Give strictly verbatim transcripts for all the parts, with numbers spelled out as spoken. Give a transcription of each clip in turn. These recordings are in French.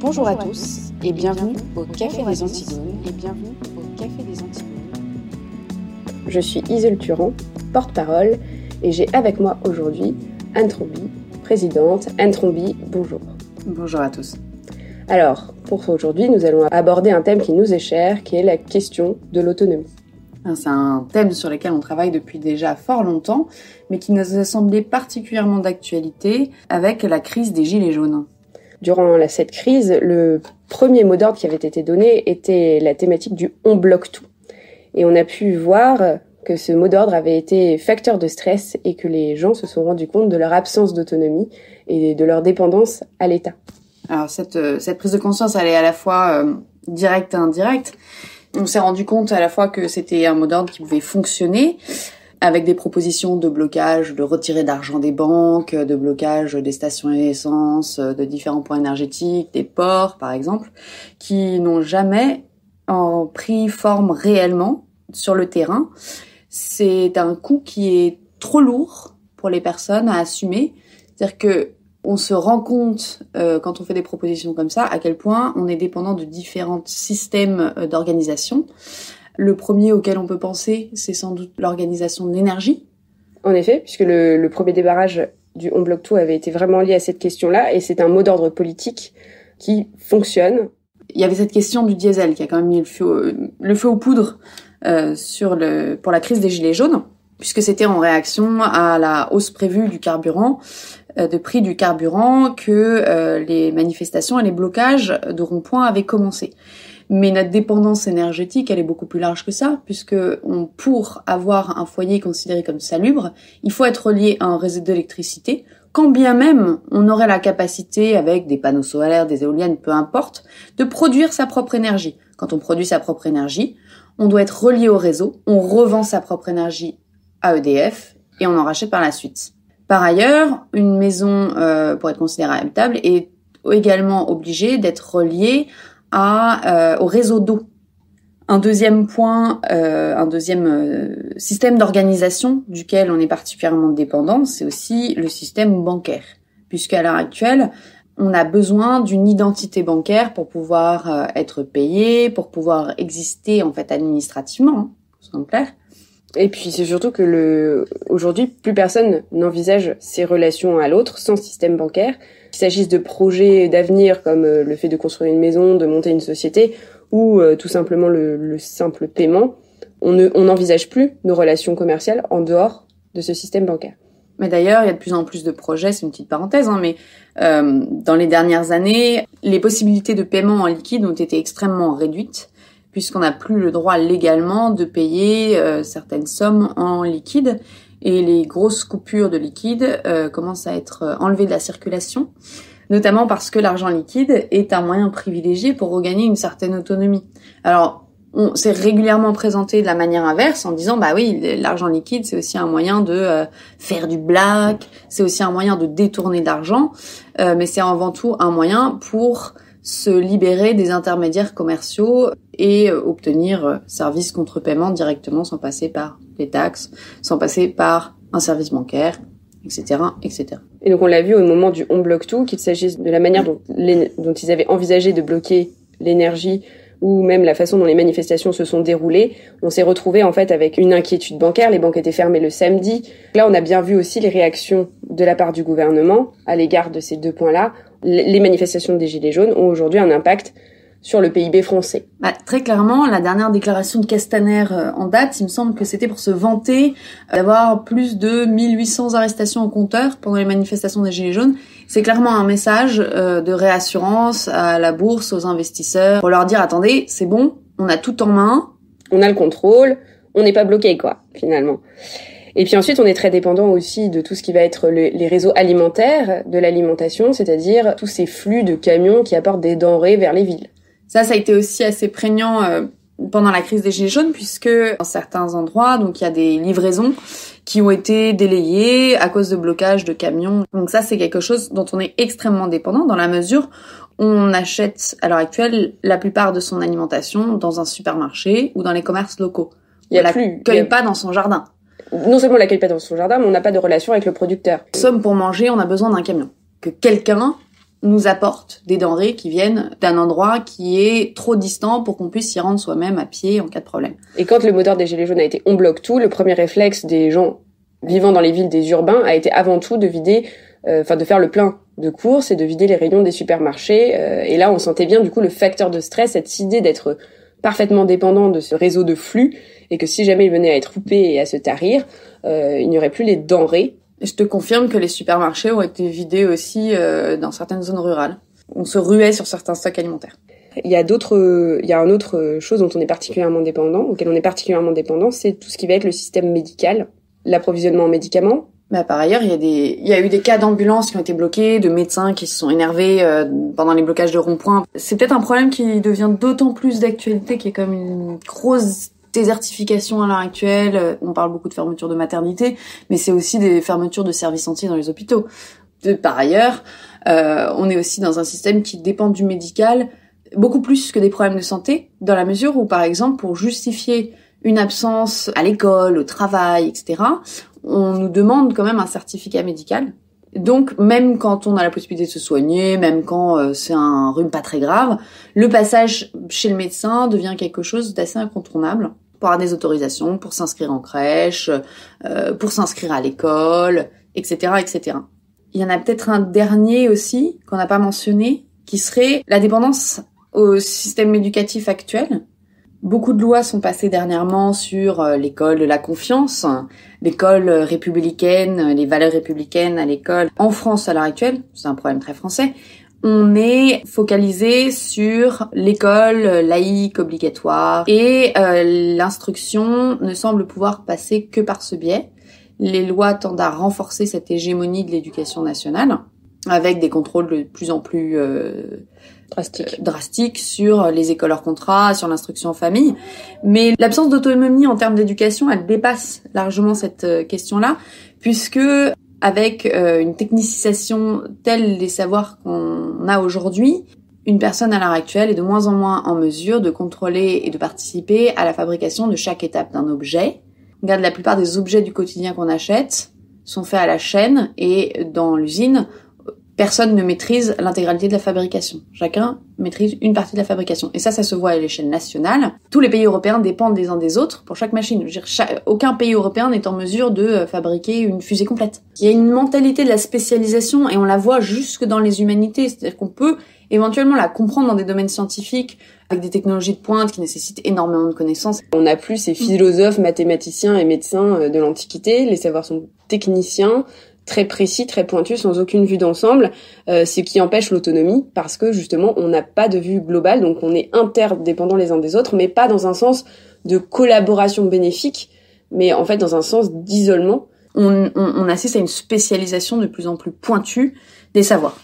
Bonjour à tous et bienvenue au Café des Antigones et bienvenue au Café des Antigones. Je suis Iseult Turan, porte-parole, et j'ai avec moi aujourd'hui Anne Tromby, présidente. Anne Tromby, bonjour. Bonjour à tous. Alors, pour aujourd'hui, nous allons aborder un thème qui nous est cher, qui est la question de l'autonomie. C'est un thème sur lequel on travaille depuis déjà fort longtemps, mais qui nous a semblé particulièrement d'actualité avec la crise des Gilets jaunes. Durant la, cette crise, le premier mot d'ordre qui avait été donné était la thématique du « on bloque tout ». Et on a pu voir que ce mot d'ordre avait été facteur de stress et que les gens se sont rendus compte de leur absence d'autonomie et de leur dépendance à l'État. Alors cette, cette prise de conscience, elle est à la fois euh, directe et indirecte. On s'est rendu compte à la fois que c'était un mot d'ordre qui pouvait fonctionner, avec des propositions de blocage, de retirer d'argent des banques, de blocage des stations essence, de différents points énergétiques, des ports par exemple, qui n'ont jamais en pris forme réellement sur le terrain. C'est un coût qui est trop lourd pour les personnes à assumer. C'est-à-dire que on se rend compte, euh, quand on fait des propositions comme ça, à quel point on est dépendant de différents systèmes euh, d'organisation. Le premier auquel on peut penser, c'est sans doute l'organisation de l'énergie. En effet, puisque le, le premier débarrage du On bloque tout avait été vraiment lié à cette question-là, et c'est un mot d'ordre politique qui fonctionne. Il y avait cette question du diesel qui a quand même mis le feu, le feu aux poudres euh, sur le, pour la crise des Gilets jaunes, puisque c'était en réaction à la hausse prévue du carburant, euh, de prix du carburant, que euh, les manifestations et les blocages de ronds-points avaient commencé. Mais notre dépendance énergétique, elle est beaucoup plus large que ça, puisque on, pour avoir un foyer considéré comme salubre, il faut être relié à un réseau d'électricité, quand bien même on aurait la capacité, avec des panneaux solaires, des éoliennes, peu importe, de produire sa propre énergie. Quand on produit sa propre énergie, on doit être relié au réseau, on revend sa propre énergie à E D F et on en rachète par la suite. Par ailleurs, une maison, euh, pour être considérée habitable, est également obligée d'être reliée à, euh, au réseau d'eau. Un deuxième point, euh, un deuxième euh, système d'organisation duquel on est particulièrement dépendant, c'est aussi le système bancaire. Puisqu'à l'heure actuelle, on a besoin d'une identité bancaire pour pouvoir euh, être payé, pour pouvoir exister en fait administrativement, hein, soyons clairs. Et puis c'est surtout que le aujourd'hui, plus personne n'envisage ses relations à l'autre sans système bancaire. Qu'il s'agisse de projets d'avenir comme le fait de construire une maison, de monter une société ou euh, tout simplement le, le simple paiement, on ne, on n'envisage plus nos relations commerciales en dehors de ce système bancaire. Mais d'ailleurs, il y a de plus en plus de projets, c'est une petite parenthèse, hein, mais euh, dans les dernières années, les possibilités de paiement en liquide ont été extrêmement réduites, puisqu'on n'a plus le droit légalement de payer euh, certaines sommes en liquide, et les grosses coupures de liquide euh, commencent à être enlevées de la circulation, notamment parce que l'argent liquide est un moyen privilégié pour regagner une certaine autonomie. Alors, on s'est régulièrement présenté de la manière inverse en disant bah oui, l'argent liquide c'est aussi un moyen de euh, faire du black, c'est aussi un moyen de détourner de l'argent, euh, mais c'est avant tout un moyen pour se libérer des intermédiaires commerciaux et euh, obtenir euh, service contre paiement directement sans passer par les taxes, sans passer par un service bancaire, et cetera, et cetera. Et donc on l'a vu au moment du On bloque tout, qu'il s'agisse de la manière dont, les, dont ils avaient envisagé de bloquer l'énergie ou même la façon dont les manifestations se sont déroulées, on s'est retrouvé en fait avec une inquiétude bancaire. Les banques étaient fermées le samedi. Là, on a bien vu aussi les réactions de la part du gouvernement à l'égard de ces deux points-là. Les manifestations des Gilets jaunes ont aujourd'hui un impact sur le P I B français. Bah, très clairement, la dernière déclaration de Castaner euh, en date, il me semble que c'était pour se vanter euh, d'avoir plus de mille huit cents arrestations au compteur pendant les manifestations des Gilets jaunes. C'est clairement un message euh, de réassurance à la bourse, aux investisseurs, pour leur dire, attendez, c'est bon, on a tout en main. On a le contrôle, on n'est pas bloqué, quoi, finalement. Et puis ensuite, on est très dépendant aussi de tout ce qui va être le, les réseaux alimentaires, de l'alimentation, c'est-à-dire tous ces flux de camions qui apportent des denrées vers les villes. Ça, ça a été aussi assez prégnant euh, pendant la crise des Gilets jaunes, puisque dans certains endroits, donc il y a des livraisons qui ont été délayées à cause de blocages de camions. Donc ça, c'est quelque chose dont on est extrêmement dépendant dans la mesure où on achète à l'heure actuelle la plupart de son alimentation dans un supermarché ou dans les commerces locaux. Il y a on la plus, cueille il y a... pas dans son jardin. Non seulement on la cueille pas dans son jardin, mais on n'a pas de relation avec le producteur. En somme, pour manger, on a besoin d'un camion que quelqu'un nous apportent des denrées qui viennent d'un endroit qui est trop distant pour qu'on puisse s'y rendre soi-même à pied en cas de problème. Et quand le moteur des Gilets jaunes a été « on bloque tout », le premier réflexe des gens vivant dans les villes des urbains a été avant tout de vider, enfin euh, de faire le plein de courses et de vider les rayons des supermarchés. Euh, et là, on sentait bien du coup le facteur de stress, cette idée d'être parfaitement dépendant de ce réseau de flux, et que si jamais il venait à être coupé et à se tarir, euh, il n'y aurait plus les denrées. Je te confirme que les supermarchés ont été vidés aussi euh, dans certaines zones rurales. On se ruait sur certains stocks alimentaires. Il y a d'autres, il y a une autre chose dont on est particulièrement dépendant, auquel on est particulièrement dépendant, c'est tout ce qui va être le système médical, l'approvisionnement en médicaments. Bah, par ailleurs, il y a des, il y a eu des cas d'ambulances qui ont été bloqués, de médecins qui se sont énervés euh, pendant les blocages de ronds-points. C'est peut-être un problème qui devient d'autant plus d'actualité, qui est comme une grosse désertification à l'heure actuelle. On parle beaucoup de fermeture de maternité, mais c'est aussi des fermetures de services entiers dans les hôpitaux. De, par ailleurs, euh, on est aussi dans un système qui dépend du médical beaucoup plus que des problèmes de santé, dans la mesure où, par exemple, pour justifier une absence à l'école, au travail, et cetera, on nous demande quand même un certificat médical. Donc, même quand on a la possibilité de se soigner, même quand euh, c'est un rhume pas très grave, le passage chez le médecin devient quelque chose d'assez incontournable pour avoir des autorisations, pour s'inscrire en crèche, euh, pour s'inscrire à l'école, et cetera, et cetera. Il y en a peut-être un dernier aussi qu'on n'a pas mentionné, qui serait la dépendance au système éducatif actuel. Beaucoup de lois sont passées dernièrement sur l'école de la confiance, l'école républicaine, les valeurs républicaines à l'école. En France, à l'heure actuelle, c'est un problème très français, on est focalisé sur l'école laïque obligatoire et euh, l'instruction ne semble pouvoir passer que par ce biais. Les lois tendent à renforcer cette hégémonie de l'éducation nationale avec des contrôles de plus en plus euh, Drastique. Euh, drastique sur les écoles hors contrat, sur l'instruction en famille. Mais l'absence d'autonomie en termes d'éducation, elle dépasse largement cette euh, question-là, puisque avec euh, une technicisation telle des savoirs qu'on a aujourd'hui, une personne à l'heure actuelle est de moins en moins en mesure de contrôler et de participer à la fabrication de chaque étape d'un objet. Regarde, la plupart des objets du quotidien qu'on achète sont faits à la chaîne et dans l'usine, personne ne maîtrise l'intégralité de la fabrication. Chacun maîtrise une partie de la fabrication. Et ça, ça se voit à l'échelle nationale. Tous les pays européens dépendent des uns des autres pour chaque machine. Je veux dire, chaque, aucun pays européen n'est en mesure de fabriquer une fusée complète. Il y a une mentalité de la spécialisation et on la voit jusque dans les humanités. C'est-à-dire qu'on peut éventuellement la comprendre dans des domaines scientifiques avec des technologies de pointe qui nécessitent énormément de connaissances. On n'a plus ces philosophes, mathématiciens et médecins de l'Antiquité. Les savoirs sont techniciens, très précis, très pointu, sans aucune vue d'ensemble, euh, ce qui empêche l'autonomie, parce que justement, on n'a pas de vue globale, donc on est interdépendants les uns des autres, mais pas dans un sens de collaboration bénéfique, mais en fait dans un sens d'isolement. On, on, on assiste à une spécialisation de plus en plus pointue des savoirs.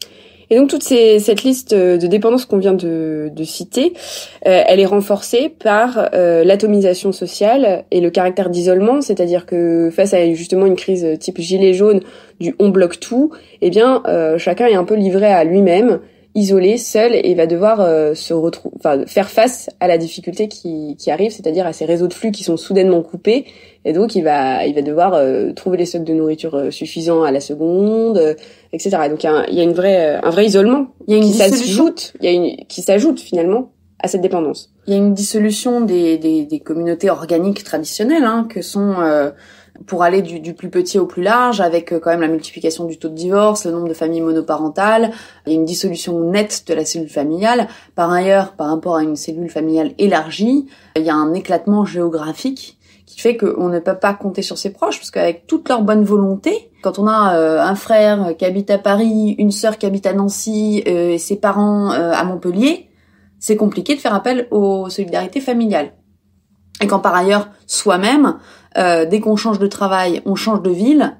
Et donc toute ces, cette liste de dépendances qu'on vient de, de citer, euh, elle est renforcée par euh, l'atomisation sociale et le caractère d'isolement, c'est-à-dire que face à justement une crise type gilet jaune du on bloque tout, eh bien euh, chacun est un peu livré à lui-même, isolé, seul, et va devoir euh, se retrouver, enfin faire face à la difficulté qui, qui arrive, c'est-à-dire à ces réseaux de flux qui sont soudainement coupés, et donc il va, il va devoir euh, trouver les stocks de nourriture euh, suffisants à la seconde, euh, et cetera. Et donc il y a, un, il y a une vraie, euh, un vrai isolement il y a une qui dissolution. s'ajoute, il y a une, qui s'ajoute finalement à cette dépendance. Il y a une dissolution des, des, des communautés organiques traditionnelles, hein, que sont euh, pour aller du, du plus petit au plus large, avec euh, quand même la multiplication du taux de divorce, le nombre de familles monoparentales. Il y a une dissolution nette de la cellule familiale. Par ailleurs, par rapport à une cellule familiale élargie, il y a un éclatement géographique qui fait qu'on ne peut pas compter sur ses proches, parce qu'avec toute leur bonne volonté, quand on a euh, un frère qui habite à Paris, une sœur qui habite à Nancy euh, et ses parents euh, à Montpellier, c'est compliqué de faire appel aux solidarités familiales. Et quand par ailleurs, soi-même, euh, dès qu'on change de travail, on change de ville,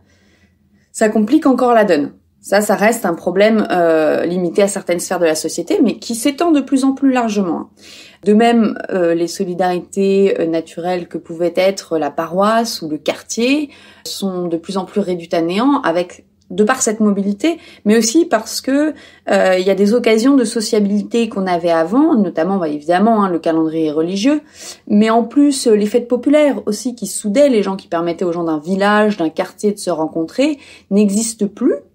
ça complique encore la donne. Ça, ça reste un problème euh, limité à certaines sphères de la société, mais qui s'étend de plus en plus largement. De même, euh, les solidarités euh, naturelles que pouvait être la paroisse ou le quartier sont de plus en plus réduites à néant, avec de par cette mobilité, mais aussi parce que euh, il y a des occasions de sociabilité qu'on avait avant, notamment bah, évidemment hein, le calendrier religieux, mais en plus euh, les fêtes populaires aussi qui soudaient les gens, qui permettaient aux gens d'un village, d'un quartier de se rencontrer, n'existent plus.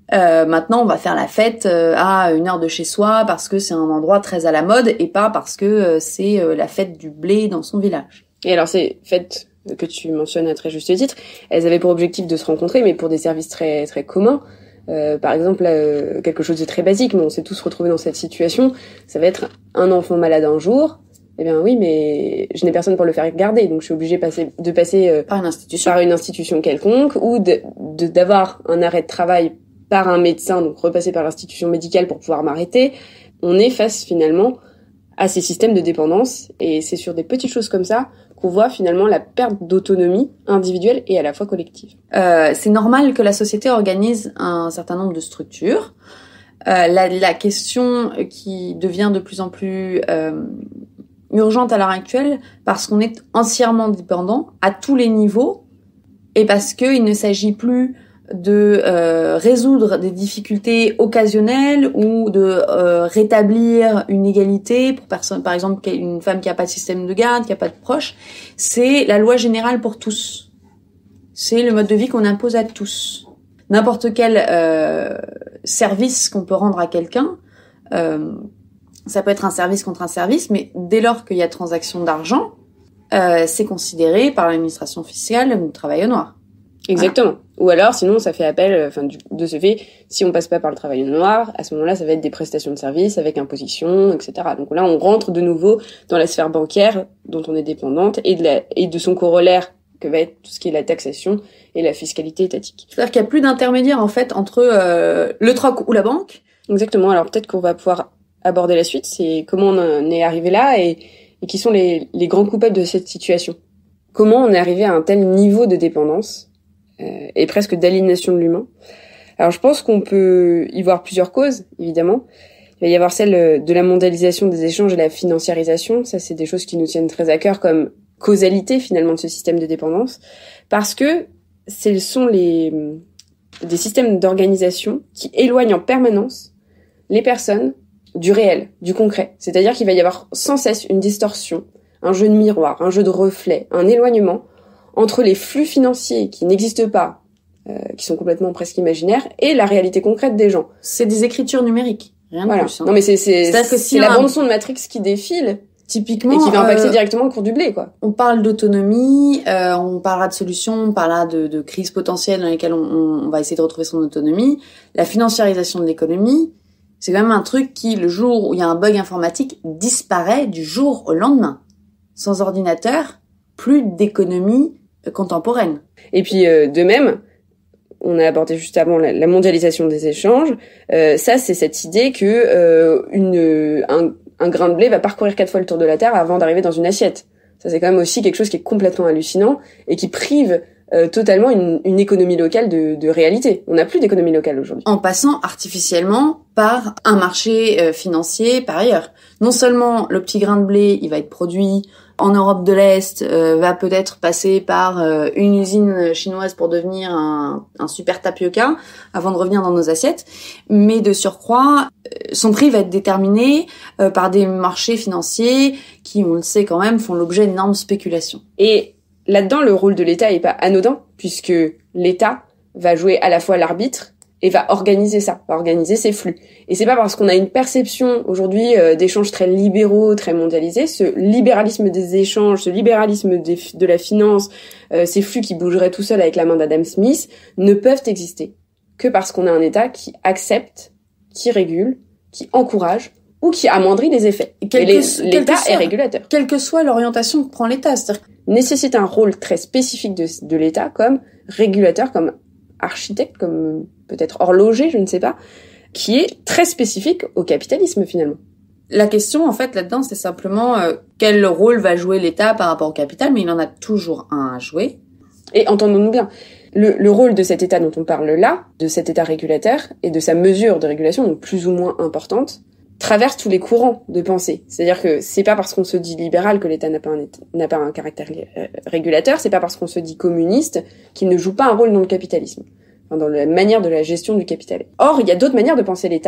Euh, maintenant, on va faire la fête euh, à une heure de chez soi parce que c'est un endroit très à la mode et pas parce que euh, c'est euh, la fête du blé dans son village. Et alors, ces fêtes que tu mentionnes à très juste titre, elles avaient pour objectif de se rencontrer, mais pour des services très très communs. Euh, par exemple, euh, quelque chose de très basique, mais on s'est tous retrouvés dans cette situation, ça va être un enfant malade un jour. Eh bien oui, mais je n'ai personne pour le faire garder, donc je suis obligée de passer, de passer euh, par une institution, par une institution quelconque, ou de, de d'avoir un arrêt de travail par un médecin, donc repasser par l'institution médicale pour pouvoir m'arrêter. On est face finalement à ces systèmes de dépendance, et c'est sur des petites choses comme ça qu'on voit finalement la perte d'autonomie individuelle et à la fois collective. Euh, c'est normal que la société organise un certain nombre de structures. Euh, la, la question qui devient de plus en plus euh, urgente à l'heure actuelle, parce qu'on est entièrement dépendant à tous les niveaux, et parce qu'il ne s'agit plus de euh, résoudre des difficultés occasionnelles ou de euh, rétablir une égalité pour personne, par exemple une femme qui a pas de système de garde, qui a pas de proches. C'est la loi générale pour tous. C'est le mode de vie qu'on impose à tous. N'importe quel euh, service qu'on peut rendre à quelqu'un, euh, ça peut être un service contre un service, mais dès lors qu'il y a transaction d'argent, euh, c'est considéré par l'administration fiscale comme du travail au noir. Exactement. Voilà. Ou alors, sinon, ça fait appel, enfin, du, de ce fait, si on passe pas par le travail au noir, à ce moment-là, ça va être des prestations de services avec imposition, et cetera. Donc là, on rentre de nouveau dans la sphère bancaire dont on est dépendante et de la, et de son corollaire que va être tout ce qui est la taxation et la fiscalité étatique. C'est-à-dire qu'il y a plus d'intermédiaire, en fait, entre euh, le troc ou la banque. Exactement. Alors peut-être qu'on va pouvoir aborder la suite, c'est comment on en est arrivé là et, et qui sont les, les grands coupables de cette situation. Comment on est arrivé à un tel niveau de dépendance Euh, et presque d'aliénation de l'humain. Alors je pense qu'on peut y voir plusieurs causes, évidemment. Il va y avoir celle de la mondialisation des échanges et la financiarisation. Ça, c'est des choses qui nous tiennent très à cœur comme causalité, finalement, de ce système de dépendance. Parce que ce sont les, des systèmes d'organisation qui éloignent en permanence les personnes du réel, du concret. C'est-à-dire qu'il va y avoir sans cesse une distorsion, un jeu de miroir, un jeu de reflet, un éloignement entre les flux financiers qui n'existent pas, euh, qui sont complètement presque imaginaires, et la réalité concrète des gens. C'est des écritures numériques, rien de voilà. plus. Hein. Non mais c'est c'est, C'est-à-dire que c'est si la un... bande son de Matrix qui défile, typiquement, et qui va impacter euh, directement le cours du blé, quoi. On parle d'autonomie, euh, on parlera de solutions, on parlera de, de crises potentielles dans lesquelles on, on va essayer de retrouver son autonomie. La financiarisation de l'économie, c'est quand même un truc qui, le jour où il y a un bug informatique, disparaît du jour au lendemain. Sans ordinateur, plus d'économie contemporaine. Et puis euh, de même, on a abordé juste avant la, la mondialisation des échanges. Euh, ça, c'est cette idée que euh, une un, un grain de blé va parcourir quatre fois le tour de la Terre avant d'arriver dans une assiette. Ça, c'est quand même aussi quelque chose qui est complètement hallucinant et qui prive euh, totalement une, une économie locale de, de réalité. On n'a plus d'économie locale aujourd'hui. En passant artificiellement par un marché euh, financier par ailleurs. Non seulement le petit grain de blé, il va être produit en Europe de l'Est, euh, va peut-être passer par euh, une usine chinoise pour devenir un, un super tapioca avant de revenir dans nos assiettes, mais de surcroît, euh, son prix va être déterminé euh, par des marchés financiers qui, on le sait quand même, font l'objet d'énormes spéculations. Et là-dedans, le rôle de l'État est pas anodin, puisque l'État va jouer à la fois l'arbitre et va organiser ça, va organiser ces flux. Et c'est pas parce qu'on a une perception aujourd'hui euh, d'échanges très libéraux, très mondialisés, ce libéralisme des échanges, ce libéralisme des, de la finance, euh, ces flux qui bougeraient tout seuls avec la main d'Adam Smith, ne peuvent exister que parce qu'on a un État qui accepte, qui régule, qui encourage ou qui amoindrit les effets. Et, et les, que, l'État soit, est régulateur. Quelle que soit l'orientation que prend l'État, c'est-à-dire nécessite un rôle très spécifique de, de l'État comme régulateur, comme architecte, comme peut-être horloger, je ne sais pas, qui est très spécifique au capitalisme finalement. La question en fait là-dedans, c'est simplement euh, quel rôle va jouer l'État par rapport au capital, mais il en a toujours un à jouer. Et entendons-nous bien, le, le rôle de cet État dont on parle là, de cet État régulateur et de sa mesure de régulation, donc plus ou moins importante, traverse tous les courants de pensée. C'est-à-dire que c'est pas parce qu'on se dit libéral que l'État n'a pas un, n'a pas un caractère régulateur, c'est pas parce qu'on se dit communiste qu'il ne joue pas un rôle dans le capitalisme, enfin, dans la manière de la gestion du capital. Or, il y a d'autres manières de penser l'État,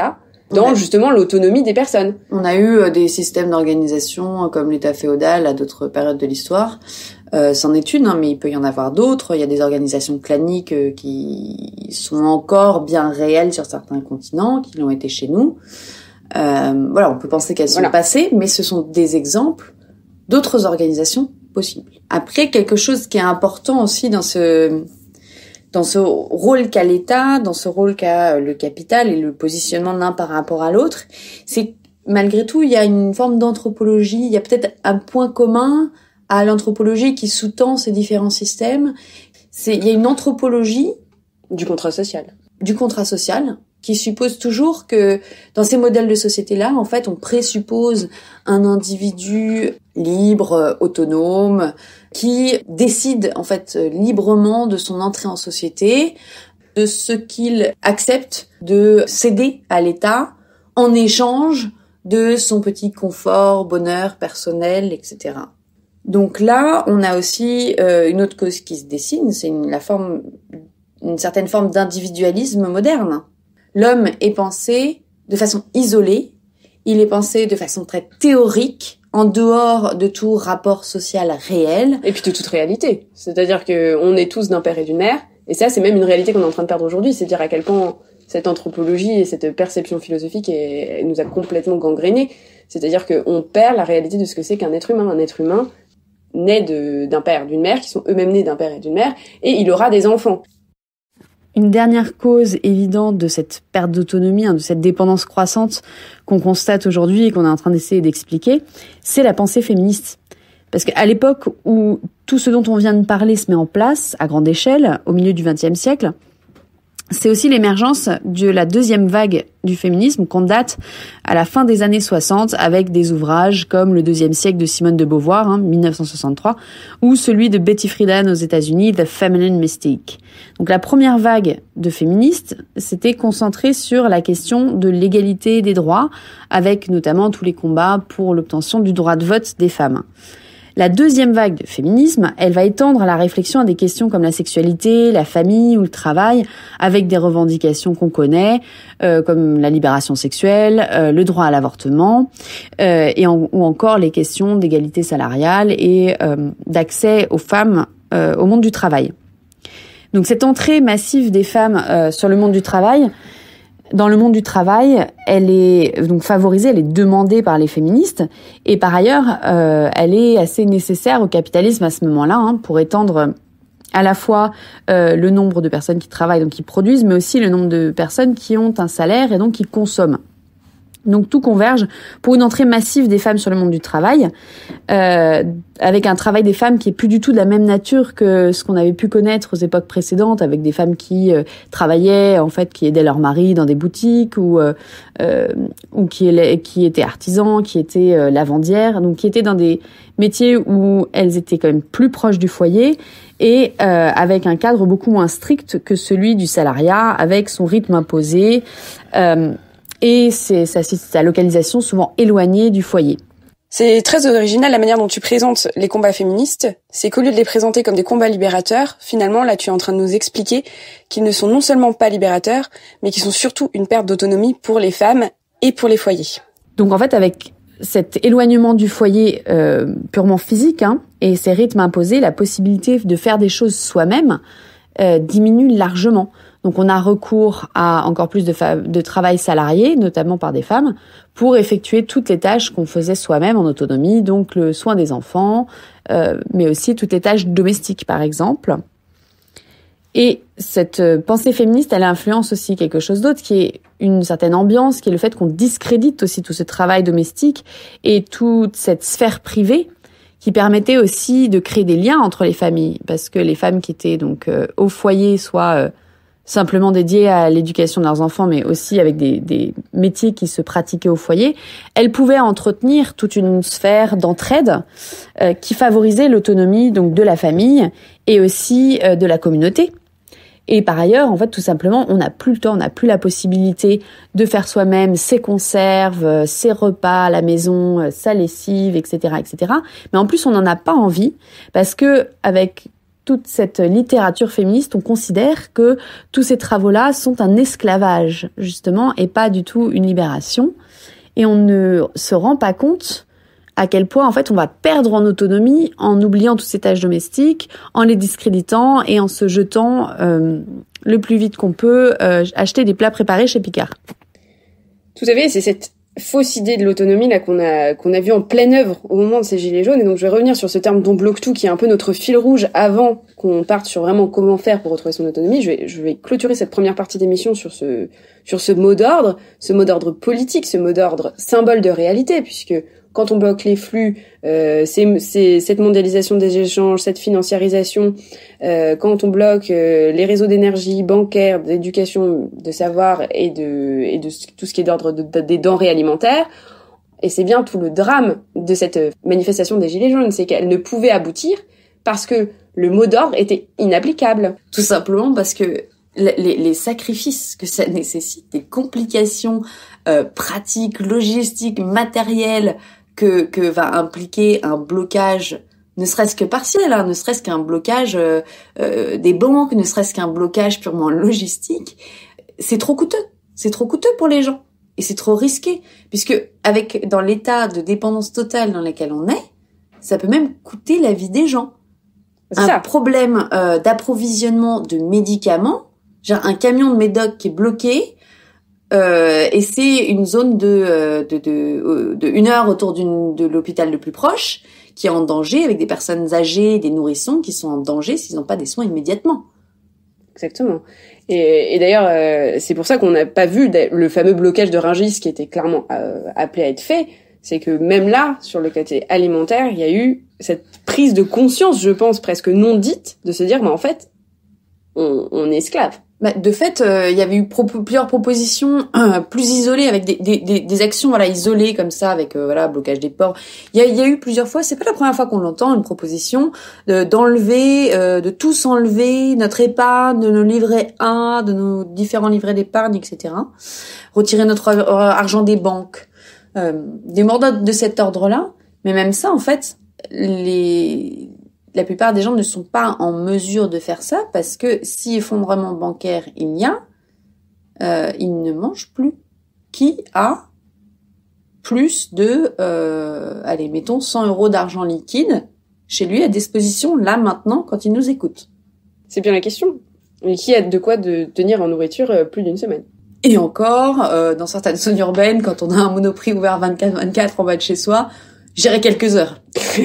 dans ouais. justement l'autonomie des personnes. On a eu des systèmes d'organisation comme l'État féodal à d'autres périodes de l'histoire. Euh, c'en est une, hein, mais il peut y en avoir d'autres. Il y a des organisations claniques euh, qui sont encore bien réelles sur certains continents, qui l'ont été chez nous. Euh, voilà, on peut penser qu'elles sont voilà. passées, mais ce sont des exemples d'autres organisations possibles. Après, quelque chose qui est important aussi dans ce dans ce rôle qu'a l'État, dans ce rôle qu'a le capital et le positionnement de l'un par rapport à l'autre, c'est malgré tout, il y a une forme d'anthropologie, il y a peut-être un point commun à l'anthropologie qui sous-tend ces différents systèmes. C'est, il y a une anthropologie du contrat social. Du contrat social, qui suppose toujours que dans ces modèles de société-là, en fait, on présuppose un individu libre, autonome, qui décide, en fait, librement de son entrée en société, de ce qu'il accepte de céder à l'État en échange de son petit confort, bonheur personnel, et cetera. Donc là, on a aussi euh, une autre cause qui se dessine, c'est une, la forme, une certaine forme d'individualisme moderne. L'homme est pensé de façon isolée, il est pensé de façon très théorique, en dehors de tout rapport social réel. Et puis de toute réalité. C'est-à-dire que on est tous d'un père et d'une mère, et ça, c'est même une réalité qu'on est en train de perdre aujourd'hui, c'est dire à quel point cette anthropologie et cette perception philosophique est, nous a complètement gangrénés. C'est-à-dire qu'on perd la réalité de ce que c'est qu'un être humain. Un être humain naît de, d'un père, d'une mère, qui sont eux-mêmes nés d'un père et d'une mère, et il aura des enfants. Une dernière cause évidente de cette perte d'autonomie, hein, de cette dépendance croissante qu'on constate aujourd'hui et qu'on est en train d'essayer d'expliquer, c'est la pensée féministe. Parce qu'à l'époque où tout ce dont on vient de parler se met en place, à grande échelle, au milieu du vingtième siècle, c'est aussi l'émergence de la deuxième vague du féminisme qu'on date à la fin des années soixante avec des ouvrages comme Le deuxième siècle de Simone de Beauvoir, hein, dix-neuf cent soixante-trois, ou celui de Betty Friedan aux États-Unis, The Feminine Mystique. Donc la première vague de féministes s'était concentrée sur la question de l'égalité des droits, avec notamment tous les combats pour l'obtention du droit de vote des femmes. La deuxième vague de féminisme, elle va étendre la réflexion à des questions comme la sexualité, la famille ou le travail, avec des revendications qu'on connaît, euh, comme la libération sexuelle, euh, le droit à l'avortement, euh, et en, ou encore les questions d'égalité salariale et euh, d'accès aux femmes euh, au monde du travail. Donc cette entrée massive des femmes euh, sur le monde du travail, dans le monde du travail, elle est donc favorisée, elle est demandée par les féministes, et par ailleurs, euh, elle est assez nécessaire au capitalisme à ce moment-là, hein, pour étendre à la fois euh, le nombre de personnes qui travaillent, donc qui produisent, mais aussi le nombre de personnes qui ont un salaire et donc qui consomment. Donc tout converge pour une entrée massive des femmes sur le monde du travail, euh, avec un travail des femmes qui est plus du tout de la même nature que ce qu'on avait pu connaître aux époques précédentes, avec des femmes qui euh, travaillaient, en fait, qui aidaient leur mari dans des boutiques, ou euh, euh, ou qui, qui étaient artisans, qui étaient euh, lavandières, donc qui étaient dans des métiers où elles étaient quand même plus proches du foyer, et euh, avec un cadre beaucoup moins strict que celui du salariat, avec son rythme imposé, euh, et c'est sa, sa localisation souvent éloignée du foyer. C'est très original la manière dont tu présentes les combats féministes. C'est qu'au lieu de les présenter comme des combats libérateurs, finalement, là, tu es en train de nous expliquer qu'ils ne sont non seulement pas libérateurs, mais qu'ils sont surtout une perte d'autonomie pour les femmes et pour les foyers. Donc en fait, avec cet éloignement du foyer euh, purement physique, hein, et ces rythmes imposés, la possibilité de faire des choses soi-même euh, diminue largement. Donc on a recours à encore plus de, fa- de travail salarié, notamment par des femmes, pour effectuer toutes les tâches qu'on faisait soi-même en autonomie, donc le soin des enfants, euh, mais aussi toutes les tâches domestiques par exemple. Et cette pensée féministe, elle influence aussi quelque chose d'autre, qui est une certaine ambiance, qui est le fait qu'on discrédite aussi tout ce travail domestique et toute cette sphère privée, qui permettait aussi de créer des liens entre les familles, parce que les femmes qui étaient donc euh, au foyer, soit euh, simplement dédiées à l'éducation de leurs enfants, mais aussi avec des, des métiers qui se pratiquaient au foyer, elles pouvaient entretenir toute une sphère d'entraide euh, qui favorisait l'autonomie donc de la famille et aussi euh, de la communauté. Et par ailleurs, en fait, tout simplement, on n'a plus le temps, on n'a plus la possibilité de faire soi-même ses conserves, ses repas à la maison, sa lessive, et cetera, et cetera. Mais en plus, on n'en a pas envie parce que avec toute cette littérature féministe, on considère que tous ces travaux-là sont un esclavage, justement, et pas du tout une libération. Et on ne se rend pas compte à quel point, en fait, on va perdre en autonomie en oubliant toutes ces tâches domestiques, en les discréditant et en se jetant euh, le plus vite qu'on peut euh, acheter des plats préparés chez Picard. Tout à fait, c'est cette fausse idée de l'autonomie là qu'on a qu'on a vu en pleine œuvre au moment de ces gilets jaunes. Et donc je vais revenir sur ce terme d'Omblock-tout qui est un peu notre fil rouge avant qu'on parte sur vraiment comment faire pour retrouver son autonomie. Je vais je vais clôturer cette première partie d'émission sur ce sur ce mot d'ordre, ce mot d'ordre politique, ce mot d'ordre symbole de réalité, puisque quand on bloque les flux, euh, c'est, c'est cette mondialisation des échanges, cette financiarisation, euh, quand on bloque euh, les réseaux d'énergie, bancaire, d'éducation, de savoir et de et de tout ce qui est d'ordre de, de, des denrées alimentaires. Et c'est bien tout le drame de cette manifestation des Gilets jaunes, c'est qu'elle ne pouvait aboutir parce que le mot d'ordre était inapplicable. Tout simplement parce que les, les sacrifices que ça nécessite, des complications euh, pratiques, logistiques, matérielles, que, que va impliquer un blocage, ne serait-ce que partiel, hein, ne serait-ce qu'un blocage euh, euh, des banques, ne serait-ce qu'un blocage purement logistique, c'est trop coûteux. C'est trop coûteux pour les gens. Et c'est trop risqué. Puisque avec dans l'état de dépendance totale dans lequel on est, ça peut même coûter la vie des gens. C'est un ça. problème euh, d'approvisionnement de médicaments, genre un camion de médoc qui est bloqué, Euh, et c'est une zone de, euh, de, de, euh, de une heure autour d'une, de l'hôpital le plus proche qui est en danger, avec des personnes âgées, des nourrissons qui sont en danger s'ils n'ont pas des soins immédiatement. Exactement. Et, et d'ailleurs, euh, c'est pour ça qu'on n'a pas vu le fameux blocage de Rungis qui était clairement euh, appelé à être fait. C'est que même là, sur le côté alimentaire, il y a eu cette prise de conscience, je pense, presque non dite, de se dire, bah, en fait, on, on est esclave. Bah, de fait, euh, il y avait eu pro- plusieurs propositions euh, plus isolées, avec des, des, des, des actions voilà isolées comme ça, avec euh, voilà blocage des ports. Il y a, il y a eu plusieurs fois, c'est pas la première fois qu'on l'entend, une proposition de, d'enlever, euh, de tous enlever notre épargne, de nos livrets A, de nos différents livrets d'épargne, et cetera. Retirer notre argent des banques, euh, des mots d'ordre de cet ordre-là. Mais même ça, en fait, les la plupart des gens ne sont pas en mesure de faire ça parce que si effondrement bancaire il y a, euh, ils ne mangent plus. Qui a plus de, euh, allez, mettons cent euros d'argent liquide chez lui à disposition là maintenant quand il nous écoute? C'est bien la question. Et qui a de quoi de tenir en nourriture euh, plus d'une semaine? Et encore, euh, dans certaines zones urbaines, quand on a un Monoprix ouvert vingt-quatre vingt-quatre en bas de chez soi, j'irai quelques heures.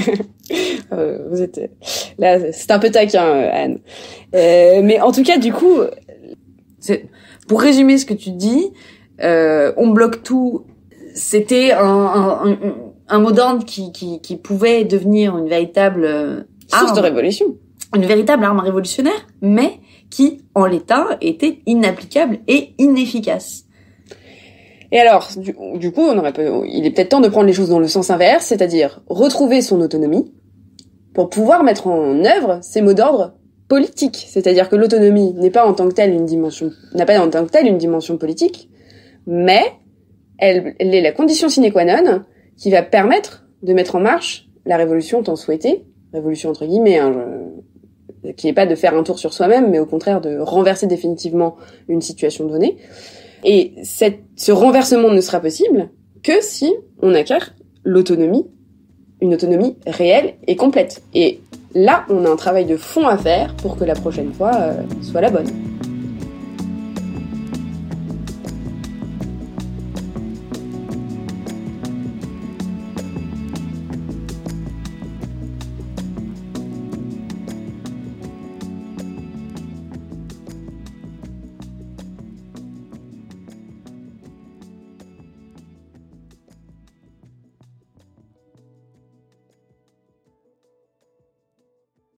euh, vous êtes là, c'est un peu taquin, Anne. Euh, mais en tout cas, du coup, c'est pour résumer ce que tu dis, euh, on bloque tout. C'était un, un, un, un mot d'ordre qui, qui, qui pouvait devenir une véritable euh, source arme, de révolution, une véritable arme révolutionnaire, mais qui, en l'état, était inapplicable et inefficace. Et alors, du, du coup, on aurait peu, il est peut-être temps de prendre les choses dans le sens inverse, c'est-à-dire retrouver son autonomie pour pouvoir mettre en œuvre ces mots d'ordre politiques. C'est-à-dire que l'autonomie n'est pas en tant que telle une dimension, n'a pas en tant que telle une dimension politique, mais elle, elle est la condition sine qua non qui va permettre de mettre en marche la révolution tant souhaitée, révolution entre guillemets, hein, je, qui n'est pas de faire un tour sur soi-même, mais au contraire de renverser définitivement une situation donnée. Et cette, ce renversement ne sera possible que si on acquiert l'autonomie, une autonomie réelle et complète. Et là, on a un travail de fond à faire pour que la prochaine fois euh, soit la bonne.